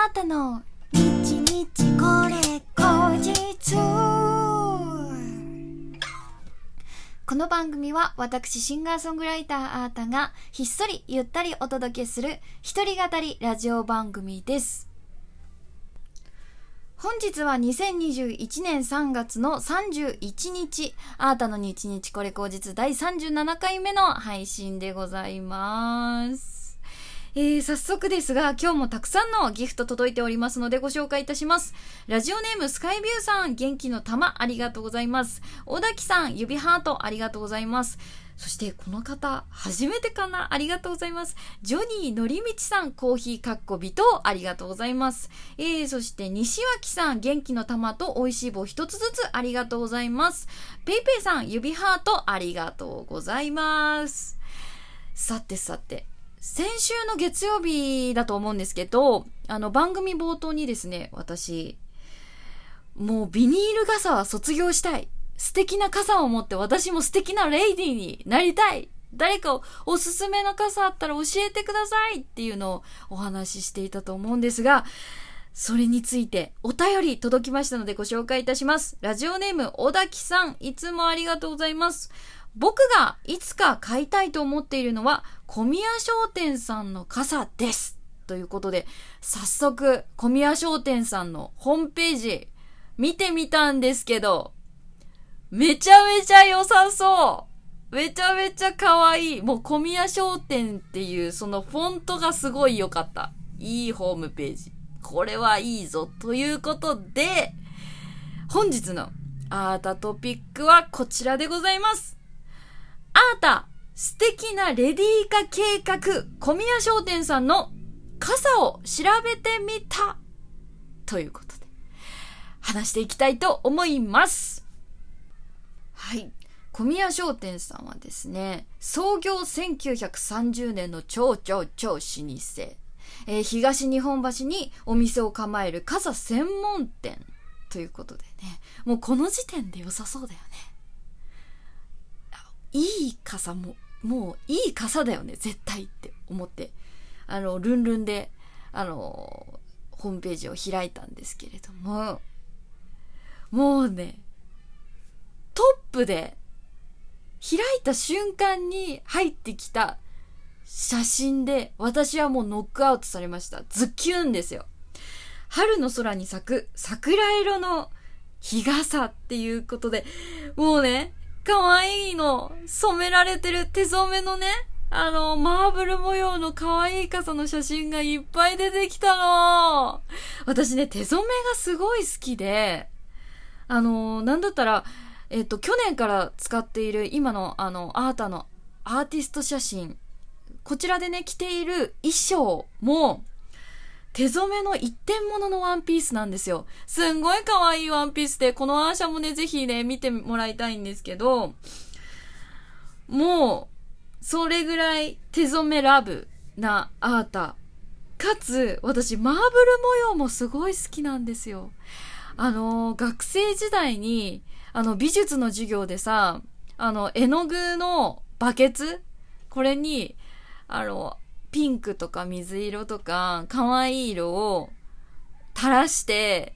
ーたの日日これ後日。この番組は私シンガーソングライターあーたがひっそりゆったりお届けする一人語りラジオ番組です。本日は2021年3月の31日、あーたの日日これ後日第37回目の配信でございます。早速ですが、今日もたくさんのギフト届いておりますのでご紹介いたします。ラジオネームスカイビューさん、元気の玉ありがとうございます。小滝さん、指ハートありがとうございます。そしてこの方、初めてかな、ありがとうございます。ジョニーのりみちさん、コーヒーかっこ微糖ありがとうございます。そして西脇さん、元気の玉と美味しい棒一つずつありがとうございます。ペイペイさん、指ハートありがとうございます。さて、先週の月曜日だと思うんですけど、番組冒頭にですね、私、もうビニール傘は卒業したい。素敵な傘を持って私も素敵なレイディーになりたい。誰かおすすめの傘あったら教えてくださいっていうのをお話ししていたと思うんですが、それについてお便り届きましたのでご紹介いたします。ラジオネーム小滝さん、いつもありがとうございます。僕がいつか買いたいと思っているのは小宮商店さんの傘です。ということで、早速小宮商店さんのホームページ見てみたんですけど、めちゃめちゃ良さそう。めちゃめちゃ可愛い。もう小宮商店っていうそのフォントがすごい良かった。いいホームページ。これはいいぞ。ということで、本日のあーたトピックはこちらでございます。あーた、素敵なレディー化計画、小宮商店さんの傘を調べてみた。ということで、話していきたいと思います。はい。小宮商店さんはですね、創業1930年の超老舗。東日本橋にお店を構える傘専門店ということでね、もうこの時点で良さそうだよね。いい傘もういい傘だよね絶対って思って、ルンルンでホームページを開いたんですけれども、もうね、トップで開いた瞬間に入ってきた写真で私はもうノックアウトされました。ズキュンですよ。春の空に咲く桜色の日傘っていうことで、もうね、可愛いの染められてる手染めのね、マーブル模様の可愛い傘の写真がいっぱい出てきたの。私ね、手染めがすごい好きで、なんだったら去年から使っている今のアータのアーティスト写真、こちらでね着ている衣装も手染めの一点物のワンピースなんですよ。すんごい可愛いワンピースで、このアーシャもねぜひね見てもらいたいんですけど、もうそれぐらい手染めラブなアータかつ、私マーブル模様もすごい好きなんですよ。学生時代に美術の授業でさ、絵の具のバケツ、これにピンクとか水色とか可愛い色を垂らして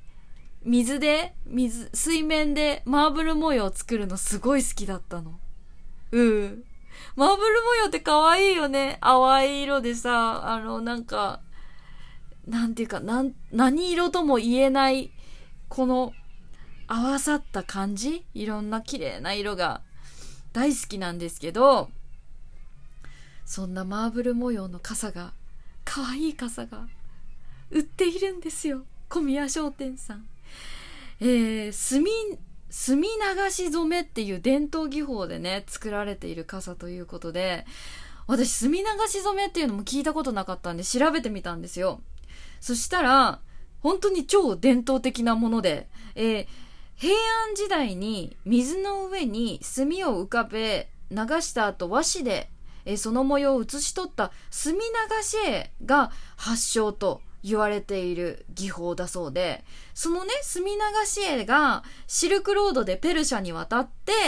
水面でマーブル模様を作るのすごい好きだったの。マーブル模様って可愛いよね。淡い色でさ、なんかなんていうか、何色とも言えないこの合わさった感じ、いろんな綺麗な色が大好きなんですけど、そんなマーブル模様の傘が、可愛い傘が売っているんですよ、小宮商店さん。墨流し染めっていう伝統技法でね作られている傘ということで、私墨流し染めっていうのも聞いたことなかったんで調べてみたんですよ。そしたら本当に超伝統的なもので、平安時代に水の上に墨を浮かべ流した後和紙でその模様を写し取った墨流し絵が発祥と言われている技法だそうで、そのね墨流し絵がシルクロードでペルシャに渡って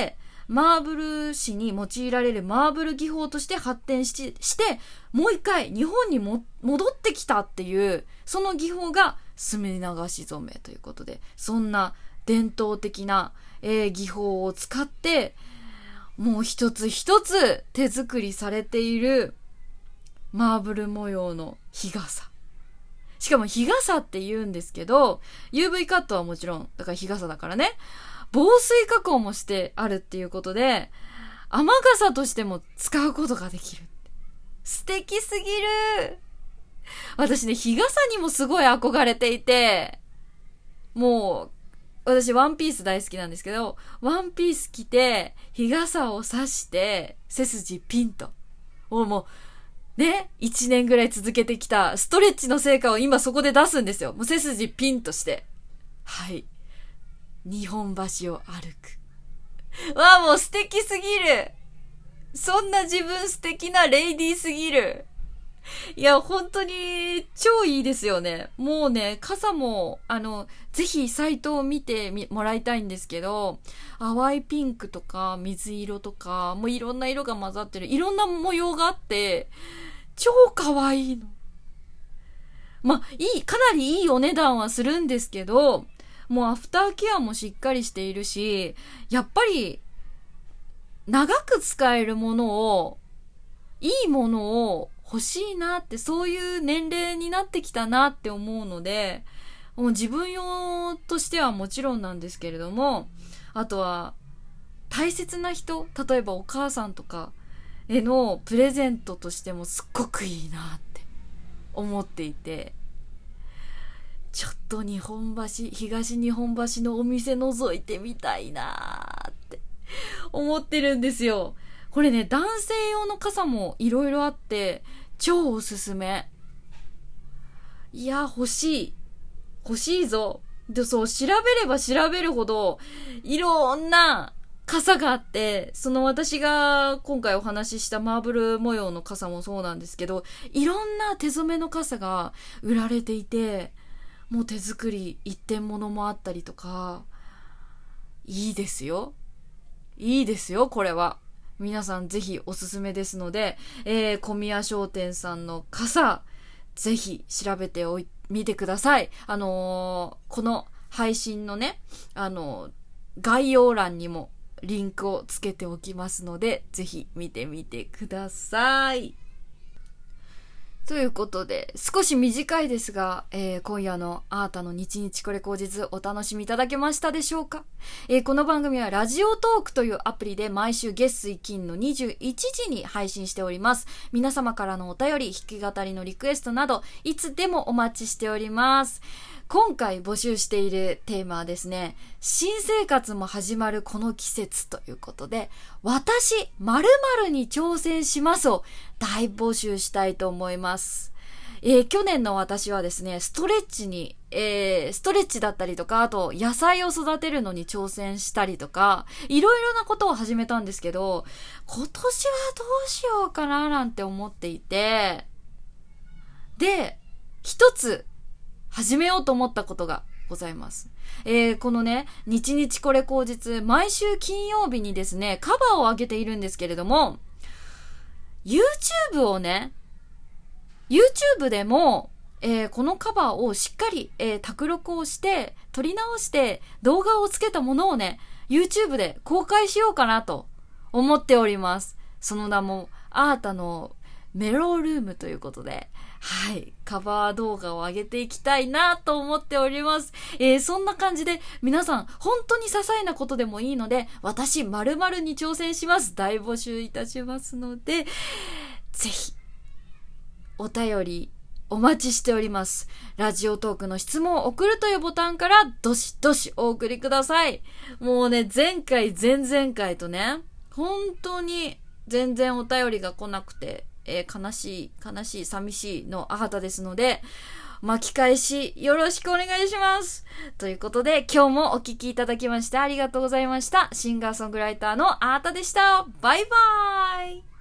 マーブル紙に用いられるマーブル技法として発展して、もう一回日本に戻ってきたっていう、その技法が墨流し染めということで、そんな伝統的な、技法を使って、もう一つ一つ手作りされているマーブル模様の日傘。しかも日傘って言うんですけど、UV カットはもちろん、だから日傘だからね、防水加工もしてあるっていうことで、雨傘としても使うことができる。素敵すぎる。私ね、日傘にもすごい憧れていて、もう、私ワンピース大好きなんですけど、ワンピース着て、日傘を差して、背筋ピンと。もう、ね、1年ぐらい続けてきたストレッチの成果を今そこで出すんですよ。もう背筋ピンとして。はい。日本橋を歩く。わあ、もう素敵すぎる。そんな自分素敵なレイディーすぎる。いや、本当に超いいですよね。もうね、傘も、ぜひサイトを見てもらいたいんですけど、淡いピンクとか水色とか、もういろんな色が混ざってる。いろんな模様があって、超可愛いの。まあ、かなりいいお値段はするんですけど、もうアフターケアもしっかりしているし、やっぱり、長く使えるものを、いいものを欲しいなって、そういう年齢になってきたなって思うので、もう自分用としてはもちろんなんですけれども、あとは大切な人、例えばお母さんとかへのプレゼントとしてもすっごくいいなって思っていて、ちょっと東日本橋のお店覗いてみたいなって思ってるんですよ。これね、男性用の傘もいろいろあって、超おすすめ。いや、欲しいぞ。で、そう、調べれば調べるほど、いろんな傘があって、その私が今回お話ししたマーブル模様の傘もそうなんですけど、いろんな手染めの傘が売られていて、もう手作り一点物もあったりとか、いいですよ。いいですよ、これは。皆さんぜひおすすめですので、小宮商店さんの傘、ぜひ調べてみてください。この配信のね、概要欄にもリンクをつけておきますので、ぜひ見てみてください。ということで、少し短いですが、今夜のあーたの日日これ口実お楽しみいただけましたでしょうか。この番組はラジオトークというアプリで毎週月水金の21時に配信しております。皆様からのお便り、弾き語りのリクエストなど、いつでもお待ちしております。今回募集しているテーマはですね、新生活も始まるこの季節ということで、私〇〇に挑戦しますを大募集したいと思います。去年の私はですね、ストレッチだったりとか、あと野菜を育てるのに挑戦したりとか、いろいろなことを始めたんですけど、今年はどうしようかななんて思っていて、で、一つ始めようと思ったことがございます。このね、日日これ口実、毎週金曜日にですね、カバーを上げているんですけれども、YouTube をね、YouTube でも、このカバーをしっかり、卓録をして、撮り直して動画をつけたものをね、YouTube で公開しようかなと思っております。その名も、あーたのメロルームということで、はい、カバー動画を上げていきたいなと思っております。そんな感じで皆さん本当に些細なことでもいいので、私〇〇に挑戦します。大募集いたしますので、ぜひお便りお待ちしております。ラジオトークの質問を送るというボタンからどしどしお送りください。もうね、前回前々回とね、本当に全然お便りが来なくて、悲しい寂しいのあはたですので、巻き返しよろしくお願いします。ということで、今日もお聞きいただきましてありがとうございました。シンガーソングライターのあはたでした。バイバーイ。